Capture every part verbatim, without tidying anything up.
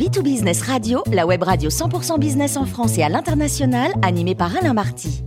B deux Business Radio, la web radio cent pour cent business en France et à l'international, animée par Alain Marty.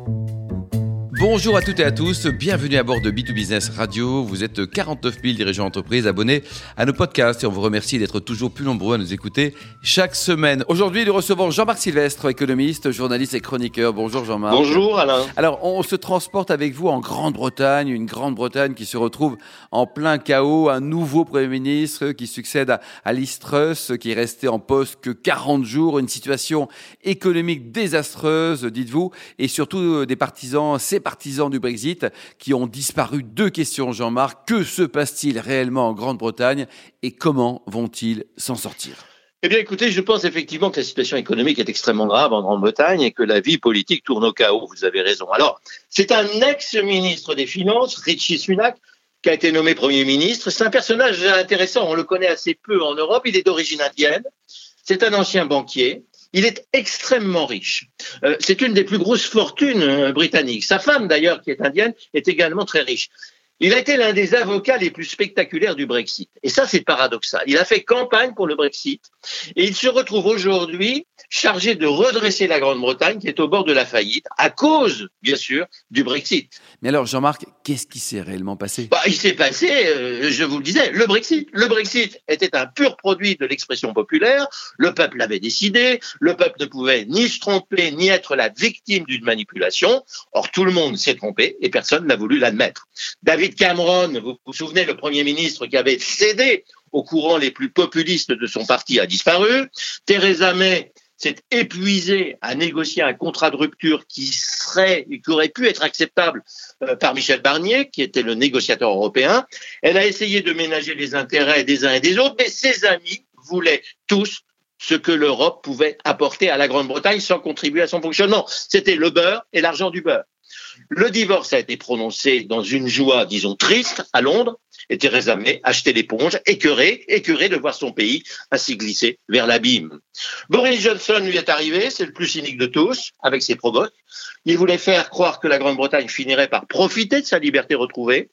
Bonjour à toutes et à tous, bienvenue à bord de B deux Business Radio. Vous êtes quarante-neuf mille dirigeants d'entreprise abonnés à nos podcasts et on vous remercie d'être toujours plus nombreux à nous écouter chaque semaine. Aujourd'hui, nous recevons Jean-Marc Sylvestre, économiste, journaliste et chroniqueur. Bonjour Jean-Marc. Bonjour Alain. Alors, on se transporte avec vous en Grande-Bretagne, une Grande-Bretagne qui se retrouve en plein chaos, un nouveau Premier ministre qui succède à, à Liz Truss, qui est resté en poste que quarante jours, une situation économique désastreuse, dites-vous, et surtout des partisans, ces partisans du Brexit qui ont disparu. Deux questions, Jean-Marc. Que se passe-t-il réellement en Grande-Bretagne et comment vont-ils s'en sortir ? Eh bien, écoutez, je pense effectivement que la situation économique est extrêmement grave en Grande-Bretagne et que la vie politique tourne au chaos. Vous avez raison. Alors, c'est un ex-ministre des Finances, Rishi Sunak, qui a été nommé Premier ministre. C'est un personnage intéressant. On le connaît assez peu en Europe. Il est d'origine indienne. C'est un ancien banquier. Il est extrêmement riche. Euh, c'est une des plus grosses fortunes euh, britanniques. Sa femme, d'ailleurs, qui est indienne, est également très riche. Il a été l'un des avocats les plus spectaculaires du Brexit. Et ça, c'est paradoxal. Il a fait campagne pour le Brexit et il se retrouve aujourd'hui chargé de redresser la Grande-Bretagne qui est au bord de la faillite à cause, bien sûr, du Brexit. Mais alors, Jean-Marc, qu'est-ce qui s'est réellement passé ? Bah, il s'est passé, euh, je vous le disais, le Brexit. Le Brexit était un pur produit de l'expression populaire. Le peuple l'avait décidé. Le peuple ne pouvait ni se tromper, ni être la victime d'une manipulation. Or, tout le monde s'est trompé et personne n'a voulu l'admettre. David Cameron, vous vous souvenez, le Premier ministre qui avait cédé aux courants les plus populistes de son parti a disparu. Theresa May s'est épuisée à négocier un contrat de rupture qui serait, qui aurait pu être acceptable euh, par Michel Barnier, qui était le négociateur européen. Elle a essayé de ménager les intérêts des uns et des autres, mais ses amis voulaient tous ce que l'Europe pouvait apporter à la Grande-Bretagne sans contribuer à son fonctionnement. C'était le beurre et l'argent du beurre. Le divorce a été prononcé dans une joie, disons, triste à Londres, et Theresa May a jeté l'éponge, écœurée, écœurée de voir son pays ainsi glisser vers l'abîme. Boris Johnson lui est arrivé, c'est le plus cynique de tous, avec ses provoques. Il voulait faire croire que la Grande-Bretagne finirait par profiter de sa liberté retrouvée,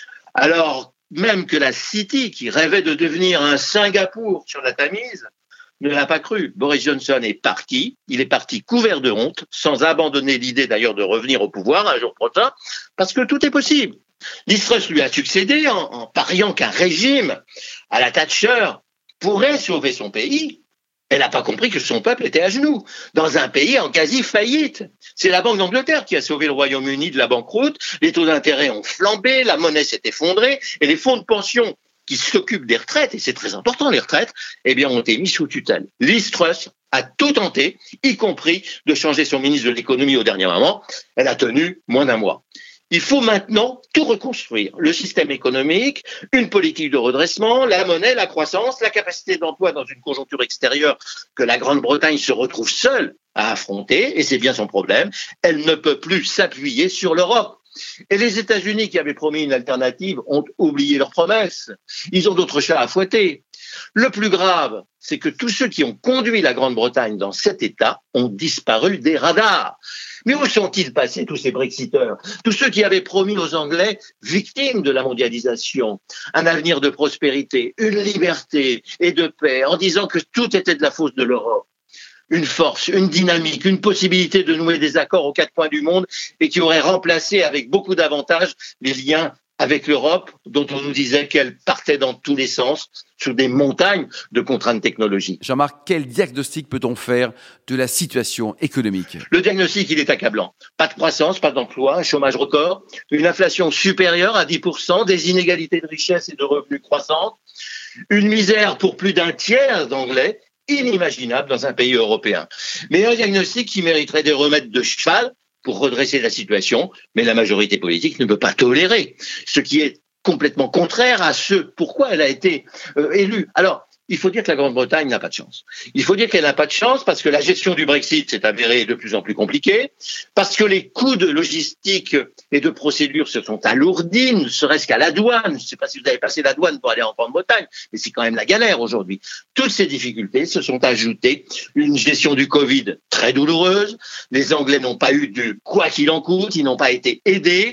alors même que la City, qui rêvait de devenir un Singapour sur la Tamise, ne l'a pas cru. Boris Johnson est parti, il est parti couvert de honte, sans abandonner l'idée d'ailleurs de revenir au pouvoir un jour prochain, parce que tout est possible. Liz Truss lui a succédé en, en pariant qu'un régime à la Thatcher pourrait sauver son pays. Elle n'a pas compris que son peuple était à genoux, dans un pays en quasi-faillite. C'est la Banque d'Angleterre qui a sauvé le Royaume-Uni de la banqueroute, les taux d'intérêt ont flambé, la monnaie s'est effondrée, et les fonds de pension qui s'occupent des retraites, et c'est très important les retraites, eh bien ont été mis sous tutelle. Liz Truss a tout tenté, y compris de changer son ministre de l'économie au dernier moment. Elle a tenu moins d'un mois. Il faut maintenant tout reconstruire. Le système économique, une politique de redressement, la monnaie, la croissance, la capacité d'emploi dans une conjoncture extérieure que la Grande-Bretagne se retrouve seule à affronter, et c'est bien son problème. Elle ne peut plus s'appuyer sur l'Europe. Et les États-Unis, qui avaient promis une alternative, ont oublié leurs promesses. Ils ont d'autres chats à fouetter. Le plus grave, c'est que tous ceux qui ont conduit la Grande-Bretagne dans cet état ont disparu des radars. Mais où sont-ils passés, tous ces Brexiteurs ? Tous ceux qui avaient promis aux Anglais, victimes de la mondialisation, un avenir de prospérité, une liberté et de paix, en disant que tout était de la faute de l'Europe. Une force, une dynamique, une possibilité de nouer des accords aux quatre coins du monde et qui aurait remplacé avec beaucoup d'avantages les liens avec l'Europe dont on nous disait qu'elle partait dans tous les sens sur des montagnes de contraintes technologiques. Jean-Marc, quel diagnostic peut-on faire de la situation économique ? Le diagnostic, il est accablant. Pas de croissance, pas d'emploi, un chômage record, une inflation supérieure à dix pour cent, des inégalités de richesse et de revenus croissantes, une misère pour plus d'un tiers d'Anglais, inimaginable dans un pays européen. Mais un diagnostic qui mériterait des remèdes de cheval pour redresser la situation, mais la majorité politique ne peut pas tolérer, ce qui est complètement contraire à ce pourquoi elle a été euh, élue. Alors, il faut dire que la Grande-Bretagne n'a pas de chance. Il faut dire qu'elle n'a pas de chance parce que la gestion du Brexit s'est avérée de plus en plus compliquée, parce que les coûts de logistique et de procédure se sont alourdis, ne serait-ce qu'à la douane. Je ne sais pas si vous avez passé la douane pour aller en Grande-Bretagne, mais c'est quand même la galère aujourd'hui. Toutes ces difficultés se sont ajoutées. Une gestion du Covid très douloureuse. Les Anglais n'ont pas eu de quoi qu'il en coûte, ils n'ont pas été aidés.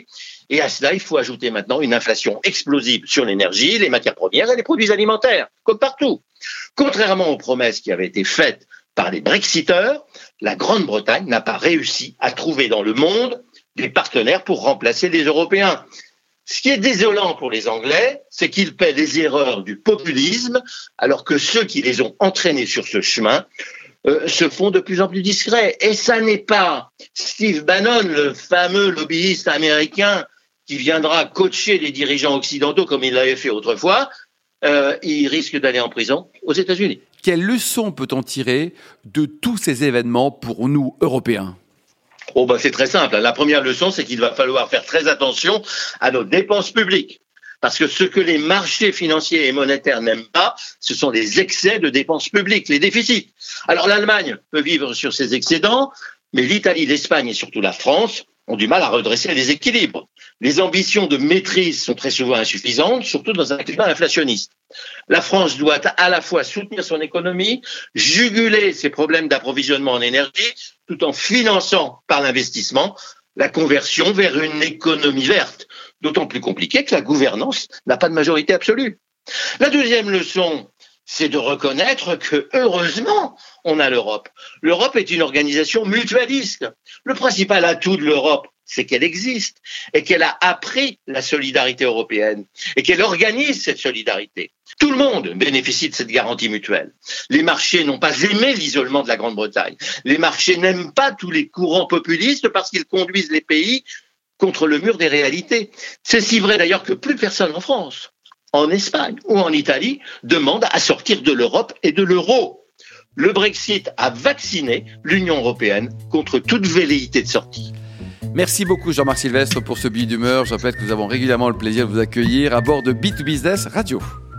Et à cela, il faut ajouter maintenant une inflation explosive sur l'énergie, les matières premières et les produits alimentaires, comme partout. Contrairement aux promesses qui avaient été faites par les Brexiteurs, la Grande-Bretagne n'a pas réussi à trouver dans le monde des partenaires pour remplacer les Européens. Ce qui est désolant pour les Anglais, c'est qu'ils paient les erreurs du populisme, alors que ceux qui les ont entraînés sur ce chemin euh, se font de plus en plus discrets. Et ça n'est pas Steve Bannon, le fameux lobbyiste américain qui viendra coacher les dirigeants occidentaux comme il l'avait fait autrefois. Euh, il risque d'aller en prison aux États-Unis. Quelle leçon peut-on tirer de tous ces événements pour nous, Européens ? Oh ben c'est très simple. La première leçon, c'est qu'il va falloir faire très attention à nos dépenses publiques. Parce que ce que les marchés financiers et monétaires n'aiment pas, ce sont les excès de dépenses publiques, les déficits. Alors l'Allemagne peut vivre sur ses excédents, mais l'Italie, l'Espagne et surtout la France ont du mal à redresser les équilibres. Les ambitions de maîtrise sont très souvent insuffisantes, surtout dans un climat inflationniste. La France doit à la fois soutenir son économie, juguler ses problèmes d'approvisionnement en énergie, tout en finançant par l'investissement la conversion vers une économie verte, d'autant plus compliqué que la gouvernance n'a pas de majorité absolue. La deuxième leçon, c'est de reconnaître que, heureusement, on a l'Europe. L'Europe est une organisation mutualiste. Le principal atout de l'Europe, c'est qu'elle existe et qu'elle a appris la solidarité européenne et qu'elle organise cette solidarité. Tout le monde bénéficie de cette garantie mutuelle. Les marchés n'ont pas aimé l'isolement de la Grande-Bretagne. Les marchés n'aiment pas tous les courants populistes parce qu'ils conduisent les pays contre le mur des réalités. C'est si vrai d'ailleurs que plus personne en France, en Espagne ou en Italie demande à sortir de l'Europe et de l'euro. Le Brexit a vacciné l'Union européenne contre toute velléité de sortie. Merci beaucoup Jean-Marc Sylvestre pour ce billet d'humeur. Je rappelle que nous avons régulièrement le plaisir de vous accueillir à bord de B deux Business Radio.